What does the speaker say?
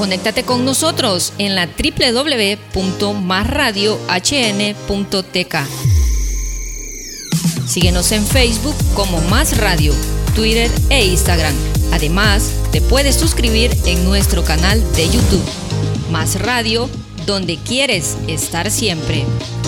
Conéctate con nosotros en la www.masradiohn.tk. Síguenos en Facebook como Más Radio, Twitter e Instagram. Además, te puedes suscribir en nuestro canal de YouTube, Más Radio, donde quieres estar siempre.